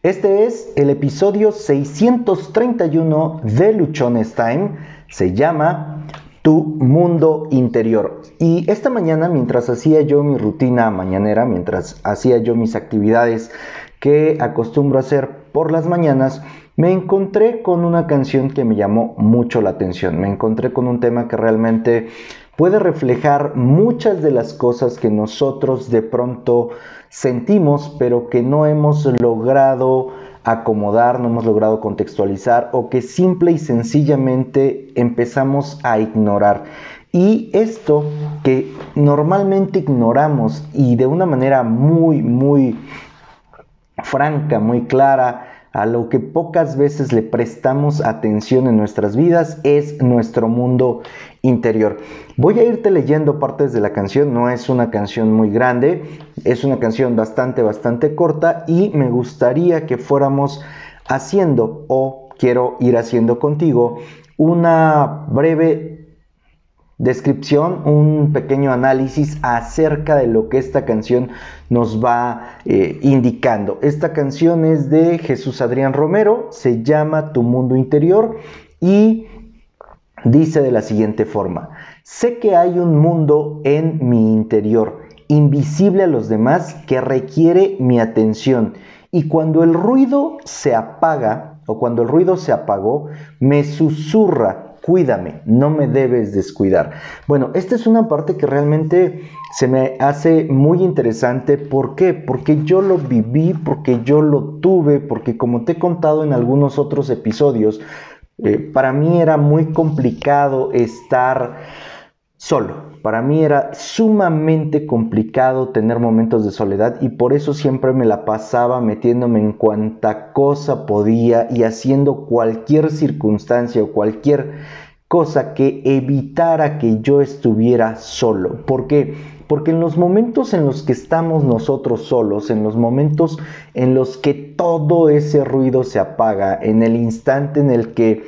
Este es el episodio 631 de Luchones Time. Se llama Tu Mundo Interior. Y esta mañana, mientras hacía yo mi rutina mañanera, mientras hacía yo mis actividades que acostumbro a hacer por las mañanas, me encontré con una canción que me llamó mucho la atención. Me encontré con un tema que realmente puede reflejar muchas de las cosas que nosotros de pronto sentimos, pero que no hemos logrado acomodar, no hemos logrado contextualizar o que simple y sencillamente empezamos a ignorar. Y esto que normalmente ignoramos y de una manera muy franca, muy clara, a lo que pocas veces le prestamos atención en nuestras vidas, es nuestro mundo interior. Voy a irte leyendo partes de la canción. No es una canción muy grande, es una canción bastante corta, y me gustaría que fuéramos haciendo, o quiero ir haciendo contigo, una breve descripción, un pequeño análisis acerca de lo que esta canción nos va indicando. Esta canción es de Jesús Adrián Romero, se llama Tu Mundo Interior y dice de la siguiente forma: sé que hay un mundo en mi interior, invisible a los demás, que requiere mi atención, y cuando el ruido se apaga o cuando el ruido se apagó, me susurra: cuídame, no me debes descuidar. Bueno, esta es una parte que realmente se me hace muy interesante. ¿Por qué? Porque yo lo viví, porque yo lo tuve, porque como te he contado en algunos otros episodios, para mí era muy complicado estar solo. Para mí era sumamente complicado tener momentos de soledad, y por eso siempre me la pasaba metiéndome en cuanta cosa podía y haciendo cualquier circunstancia o cualquier cosa que evitara que yo estuviera solo. ¿Por qué? Porque en los momentos en los que estamos nosotros solos, en los momentos en los que todo ese ruido se apaga, en el instante en el que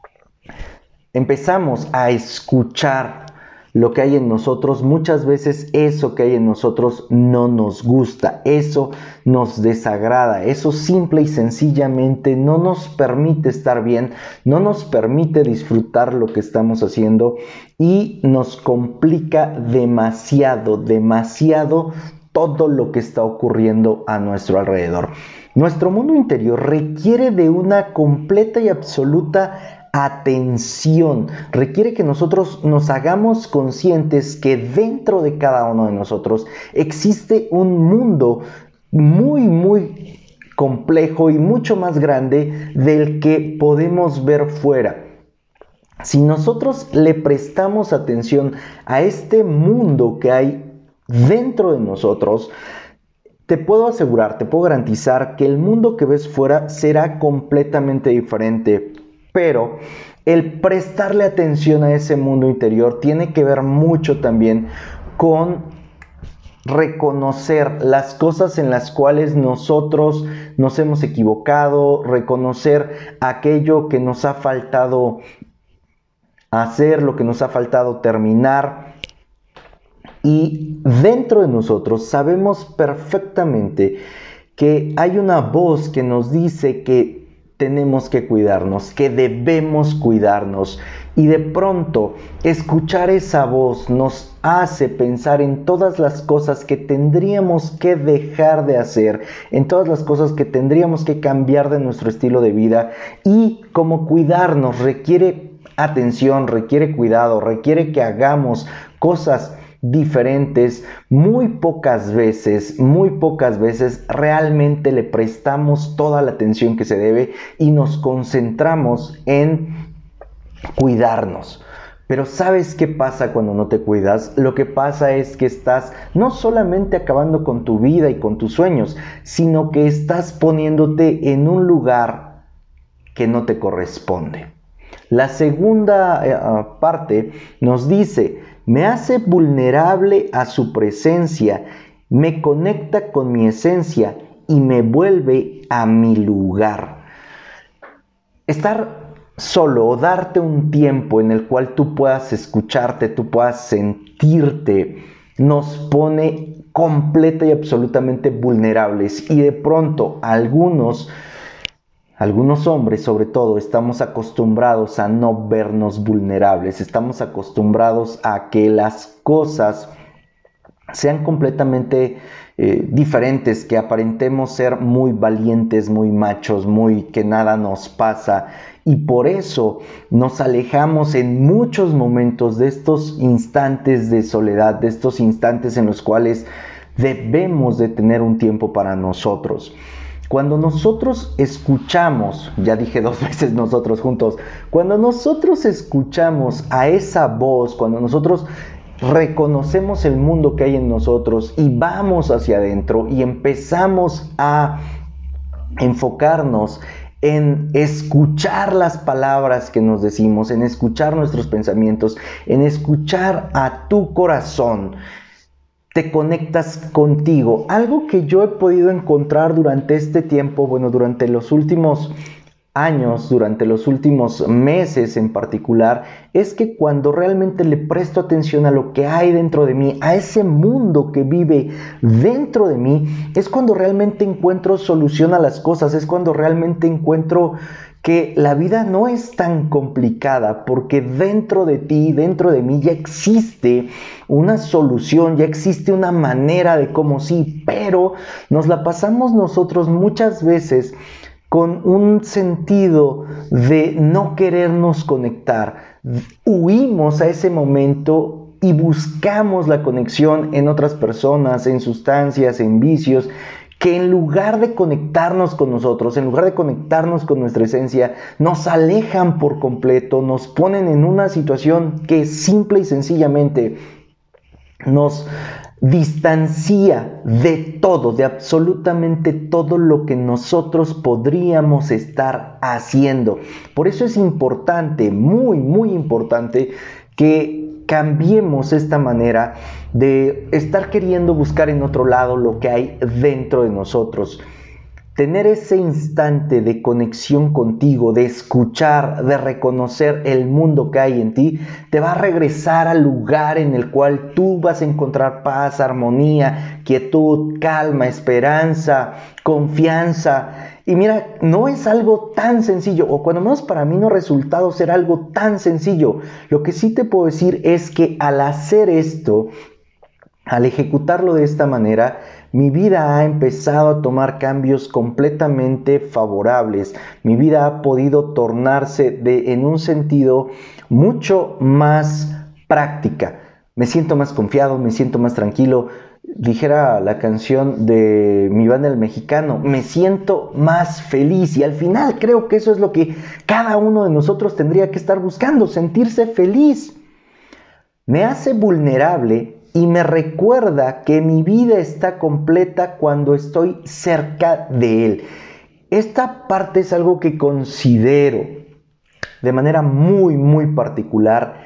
empezamos a escuchar lo que hay en nosotros, muchas veces eso que hay en nosotros no nos gusta, eso nos desagrada, eso simple y sencillamente no nos permite estar bien, no nos permite disfrutar lo que estamos haciendo y nos complica demasiado todo lo que está ocurriendo a nuestro alrededor. Nuestro mundo interior requiere de una completa y absoluta atención, requiere que nosotros nos hagamos conscientes que dentro de cada uno de nosotros existe un mundo muy complejo y mucho más grande del que podemos ver fuera. Si nosotros le prestamos atención a este mundo que hay dentro de nosotros, te puedo asegurar, te puedo garantizar que el mundo que ves fuera será completamente diferente. Pero el prestarle atención a ese mundo interior tiene que ver mucho también con reconocer las cosas en las cuales nosotros nos hemos equivocado, reconocer aquello que nos ha faltado hacer, lo que nos ha faltado terminar. Y dentro de nosotros sabemos perfectamente que hay una voz que nos dice que tenemos que cuidarnos, que debemos cuidarnos, y de pronto escuchar esa voz nos hace pensar en todas las cosas que tendríamos que dejar de hacer, en todas las cosas que tendríamos que cambiar de nuestro estilo de vida. Y como cuidarnos requiere atención, requiere cuidado, requiere que hagamos cosas diferentes, muy pocas veces realmente le prestamos toda la atención que se debe y nos concentramos en cuidarnos. Pero ¿sabes qué pasa cuando no te cuidas? Lo que pasa es que estás no solamente acabando con tu vida y con tus sueños, sino que estás poniéndote en un lugar que no te corresponde. La segunda parte nos dice: me hace vulnerable a su presencia, me conecta con mi esencia y me vuelve a mi lugar. Estar solo o darte un tiempo en el cual tú puedas escucharte, tú puedas sentirte, nos pone completa y absolutamente vulnerables. Y de pronto algunos Algunos hombres, sobre todo, estamos acostumbrados a no vernos vulnerables, estamos acostumbrados a que las cosas sean completamente diferentes, que aparentemos ser muy valientes, muy machos, muy que nada nos pasa, y por eso nos alejamos en muchos momentos de estos instantes de soledad, de estos instantes en los cuales debemos de tener un tiempo para nosotros. Cuando nosotros escuchamos, ya dije 2 veces nosotros juntos, cuando nosotros escuchamos a esa voz, cuando nosotros reconocemos el mundo que hay en nosotros y vamos hacia adentro y empezamos a enfocarnos en escuchar las palabras que nos decimos, en escuchar nuestros pensamientos, en escuchar a tu corazón, te conectas contigo. Algo que yo he podido encontrar durante este tiempo, durante los últimos años, durante los últimos meses en particular, es que cuando realmente le presto atención a lo que hay dentro de mí, a ese mundo que vive dentro de mí, es cuando realmente encuentro solución a las cosas, es cuando realmente encuentro que la vida no es tan complicada, porque dentro de ti, dentro de mí ya existe una solución, ya existe una manera de cómo sí, pero nos la pasamos nosotros muchas veces con un sentido de no querernos conectar. Huimos a ese momento y buscamos la conexión en otras personas, en sustancias, en vicios, que en lugar de conectarnos con nosotros, en lugar de conectarnos con nuestra esencia, nos alejan por completo, nos ponen en una situación que simple y sencillamente nos distancia de todo, de absolutamente todo lo que nosotros podríamos estar haciendo. Por eso es importante, muy, muy importante, que cambiemos esta manera de estar queriendo buscar en otro lado lo que hay dentro de nosotros. Tener ese instante de conexión contigo, de escuchar, de reconocer el mundo que hay en ti, te va a regresar al lugar en el cual tú vas a encontrar paz, armonía, quietud, calma, esperanza, confianza. Y mira, no es algo tan sencillo, o cuando menos para mí no ha resultado ser algo tan sencillo. Lo que sí te puedo decir es que al hacer esto, al ejecutarlo de esta manera, mi vida ha empezado a tomar cambios completamente favorables. Mi vida ha podido tornarse en un sentido mucho más práctica. Me siento más confiado, me siento más tranquilo. Dijera la canción de mi banda El Mexicano, me siento más feliz. Y al final creo que eso es lo que cada uno de nosotros tendría que estar buscando, sentirse feliz. Me hace vulnerable y me recuerda que mi vida está completa cuando estoy cerca de Él. Esta parte es algo que considero de manera muy, muy particular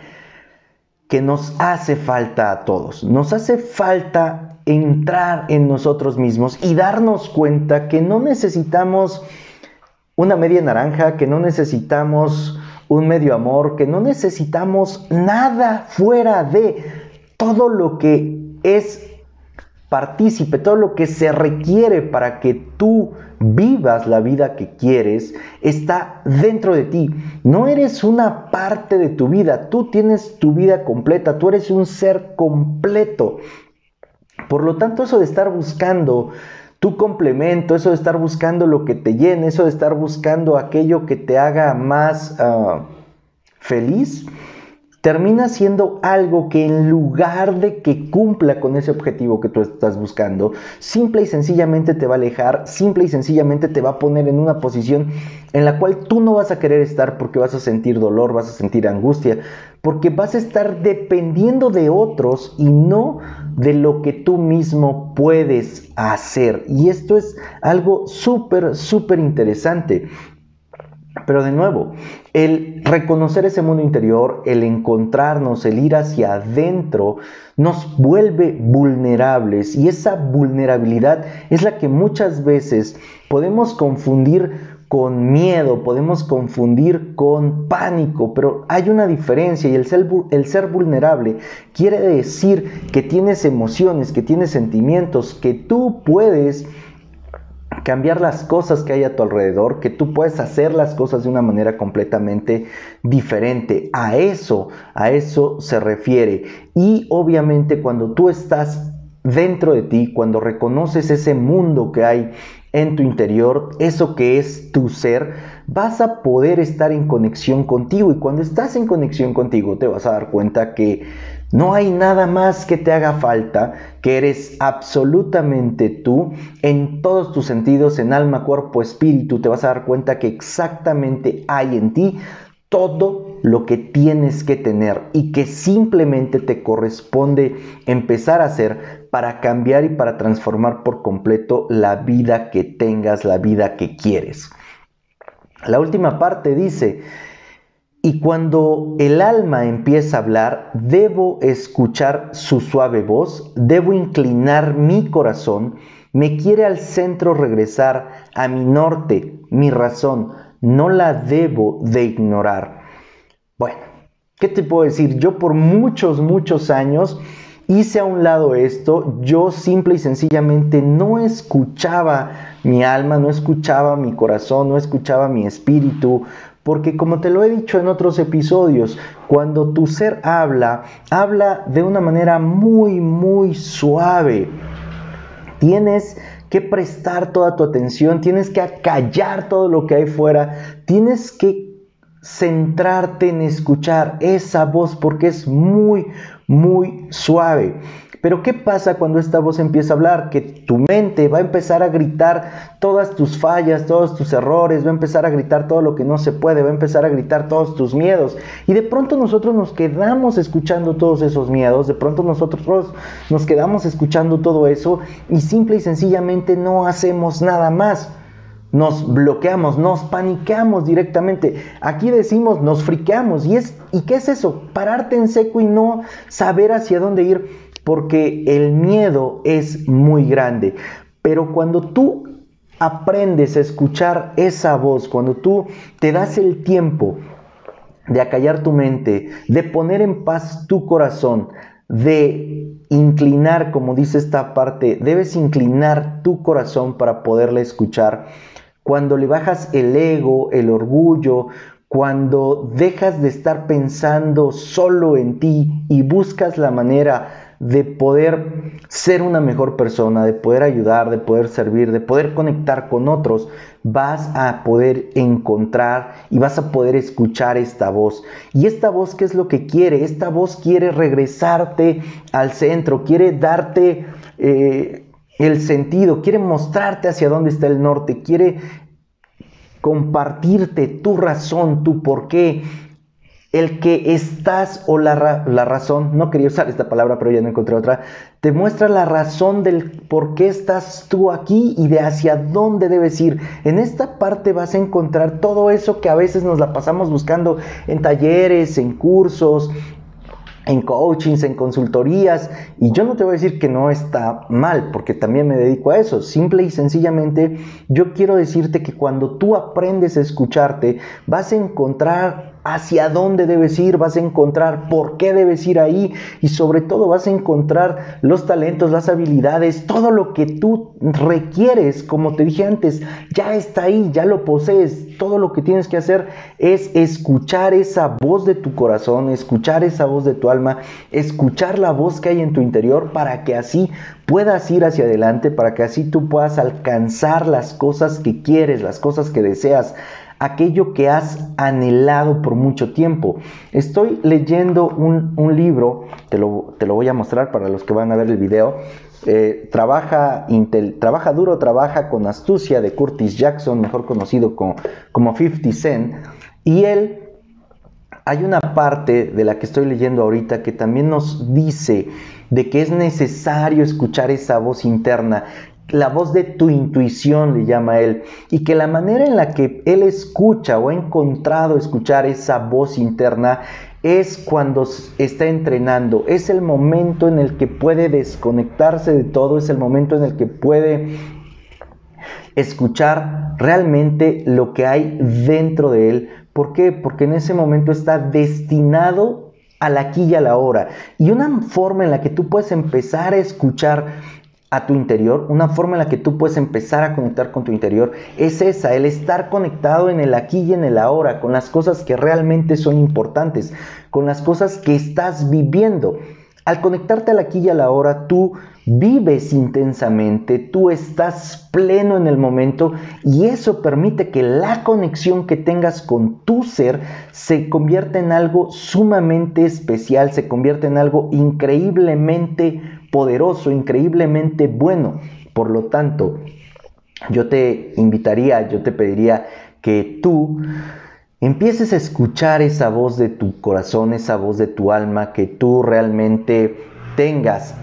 que nos hace falta a todos. Nos hace falta entrar en nosotros mismos y darnos cuenta que no necesitamos una media naranja, que no necesitamos un medio amor, que no necesitamos nada fuera de todo lo que es partícipe, todo lo que se requiere para que tú vivas la vida que quieres, está dentro de ti. No eres una parte de tu vida, tú tienes tu vida completa, tú eres un ser completo. Por lo tanto, eso de estar buscando tu complemento, eso de estar buscando lo que te llene, eso de estar buscando aquello que te haga más feliz, termina siendo algo que en lugar de que cumpla con ese objetivo que tú estás buscando, simple y sencillamente te va a alejar, simple y sencillamente te va a poner en una posición en la cual tú no vas a querer estar, porque vas a sentir dolor, vas a sentir angustia, porque vas a estar dependiendo de otros y no de lo que tú mismo puedes hacer. Y esto es algo súper, súper interesante. Pero de nuevo, el reconocer ese mundo interior, el encontrarnos, el ir hacia adentro, nos vuelve vulnerables. Y esa vulnerabilidad es la que muchas veces podemos confundir con miedo, podemos confundir con pánico, pero hay una diferencia, y el ser vulnerable quiere decir que tienes emociones, que tienes sentimientos, que tú puedes cambiar las cosas que hay a tu alrededor, que tú puedes hacer las cosas de una manera completamente diferente. A eso se refiere. Y obviamente cuando tú estás dentro de ti, cuando reconoces ese mundo que hay en tu interior, eso que es tu ser, vas a poder estar en conexión contigo. Y cuando estás en conexión contigo, te vas a dar cuenta que no hay nada más que te haga falta, que eres absolutamente tú en todos tus sentidos, en alma, cuerpo, espíritu. Te vas a dar cuenta que exactamente hay en ti todo lo que tienes que tener y que simplemente te corresponde empezar a hacer para cambiar y para transformar por completo la vida que tengas, la vida que quieres. La última parte dice: y cuando el alma empieza a hablar, debo escuchar su suave voz, debo inclinar mi corazón, me quiere al centro regresar, a mi norte, mi razón, no la debo de ignorar. Bueno, ¿qué te puedo decir? Yo por muchos años hice a un lado esto. Yo simple y sencillamente no escuchaba mi alma, no escuchaba mi corazón, no escuchaba mi espíritu. Porque como te lo he dicho en otros episodios, cuando tu ser habla de una manera muy suave. Tienes que prestar toda tu atención, tienes que acallar todo lo que hay fuera, tienes que centrarte en escuchar esa voz porque es muy suave. Pero ¿qué pasa cuando esta voz empieza a hablar? Que tu mente va a empezar a gritar todas tus fallas, todos tus errores, va a empezar a gritar todo lo que no se puede, va a empezar a gritar todos tus miedos. Y de pronto nosotros nos quedamos escuchando todos esos miedos, de pronto nosotros nos quedamos escuchando todo eso y simple y sencillamente no hacemos nada más. Nos bloqueamos, nos paniqueamos directamente. Aquí decimos, nos friqueamos. ¿Y qué es eso? Pararte en seco y no saber hacia dónde ir, porque el miedo es muy grande. Pero cuando tú aprendes a escuchar esa voz, cuando tú te das el tiempo de acallar tu mente, de poner en paz tu corazón, de inclinar, como dice esta parte, debes inclinar tu corazón para poderle escuchar. Cuando le bajas el ego, el orgullo, cuando dejas de estar pensando solo en ti y buscas la manera de poder ser una mejor persona, de poder ayudar, de poder servir, de poder conectar con otros, vas a poder encontrar y vas a poder escuchar esta voz. ¿Y esta voz qué es lo que quiere? Esta voz quiere regresarte al centro, quiere darte el sentido, quiere mostrarte hacia dónde está el norte, quiere compartirte tu razón, tu por qué, el que estás o la razón, no quería usar esta palabra pero ya no encontré otra, te muestra la razón del por qué estás tú aquí y de hacia dónde debes ir. En esta parte vas a encontrar todo eso que a veces nos la pasamos buscando en talleres, en cursos, en coachings, en consultorías, y yo no te voy a decir que no está mal, porque también me dedico a eso. Simple y sencillamente yo quiero decirte que cuando tú aprendes a escucharte, vas a encontrar hacia dónde debes ir, vas a encontrar por qué debes ir ahí y sobre todo vas a encontrar los talentos, las habilidades, todo lo que tú requieres. Como te dije antes, ya está ahí, ya lo posees. Todo lo que tienes que hacer es escuchar esa voz de tu corazón, escuchar esa voz de tu alma, escuchar la voz que hay en tu interior para que así puedas ir hacia adelante, para que así tú puedas alcanzar las cosas que quieres, las cosas que deseas, aquello que has anhelado por mucho tiempo. Estoy leyendo un libro, te lo voy a mostrar para los que van a ver el video. Trabaja duro, trabaja con astucia, de Curtis Jackson, mejor conocido como 50 Cent. Y él, hay una parte de la que estoy leyendo ahorita que también nos dice de que es necesario escuchar esa voz interna, la voz de tu intuición le llama él, y que la manera en la que él escucha o ha encontrado escuchar esa voz interna es cuando está entrenando. Es el momento en el que puede desconectarse de todo, es el momento en el que puede escuchar realmente lo que hay dentro de él. ¿Por qué? Porque en ese momento está destinado al aquí y a la ahora. Y una forma en la que tú puedes empezar a escuchar a tu interior, una forma en la que tú puedes empezar a conectar con tu interior, es esa, el estar conectado en el aquí y en el ahora, con las cosas que realmente son importantes, con las cosas que estás viviendo. Al conectarte al aquí y a la ahora, tú vives intensamente, tú estás pleno en el momento y eso permite que la conexión que tengas con tu ser se convierta en algo sumamente especial, se convierta en algo increíblemente poderoso, increíblemente bueno. Por lo tanto, yo te invitaría, yo te pediría que tú empieces a escuchar esa voz de tu corazón, esa voz de tu alma, que tú realmente tengas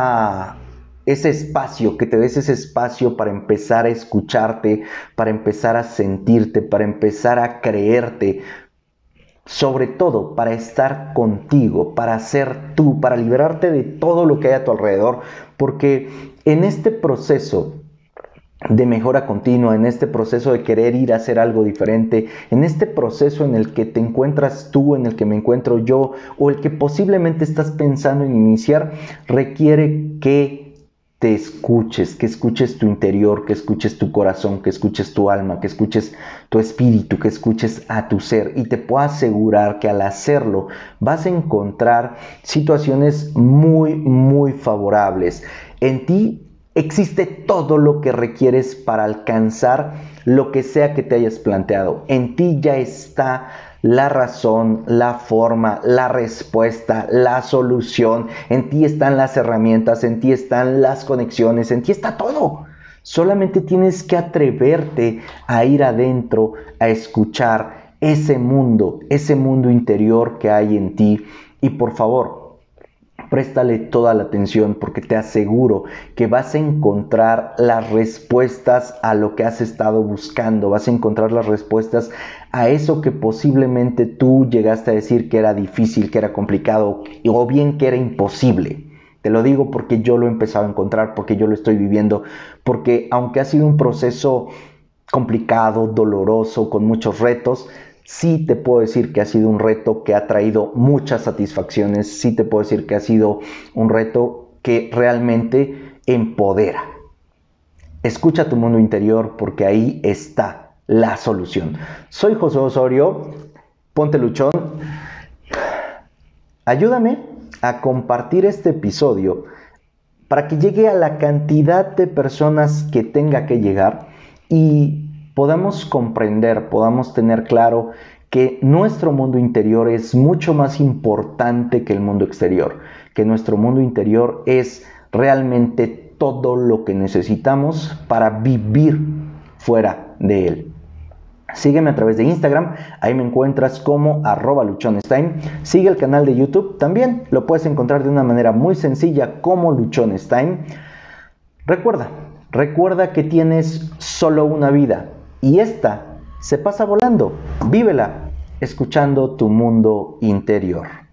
ese espacio, que te des ese espacio para empezar a escucharte, para empezar a sentirte, para empezar a creerte, sobre todo para estar contigo, para ser tú, para liberarte de todo lo que hay a tu alrededor, porque en este proceso de mejora continua, en este proceso de querer ir a hacer algo diferente, en este proceso en el que te encuentras tú, en el que me encuentro yo, o el que posiblemente estás pensando en iniciar, requiere que te escuches, que escuches tu interior, que escuches tu corazón, que escuches tu alma, que escuches tu espíritu, que escuches a tu ser. Y te puedo asegurar que al hacerlo vas a encontrar situaciones muy, muy favorables. En ti existe todo lo que requieres para alcanzar lo que sea que te hayas planteado. En ti ya está la razón, la forma, la respuesta, la solución. En ti están las herramientas, en ti están las conexiones, en ti está todo. Solamente tienes que atreverte a ir adentro, a escuchar ese mundo interior que hay en ti. Y por favor, préstale toda la atención porque te aseguro que vas a encontrar las respuestas a lo que has estado buscando, vas a encontrar las respuestas a eso que posiblemente tú llegaste a decir que era difícil, que era complicado o bien que era imposible. Te lo digo porque yo lo he empezado a encontrar, porque yo lo estoy viviendo, porque aunque ha sido un proceso complicado, doloroso, con muchos retos, sí te puedo decir que ha sido un reto que ha traído muchas satisfacciones, sí te puedo decir que ha sido un reto que realmente empodera. Escucha tu mundo interior porque ahí está la solución. Soy José Osorio, ponte luchón. Ayúdame a compartir este episodio para que llegue a la cantidad de personas que tenga que llegar y podamos comprender, podamos tener claro que nuestro mundo interior es mucho más importante que el mundo exterior, que nuestro mundo interior es realmente todo lo que necesitamos para vivir fuera de él. Sígueme a través de Instagram, ahí me encuentras como @luchonestime. Sigue el canal de YouTube, también lo puedes encontrar de una manera muy sencilla como luchonestime. Recuerda que tienes solo una vida y esta se pasa volando. Vívela escuchando tu mundo interior.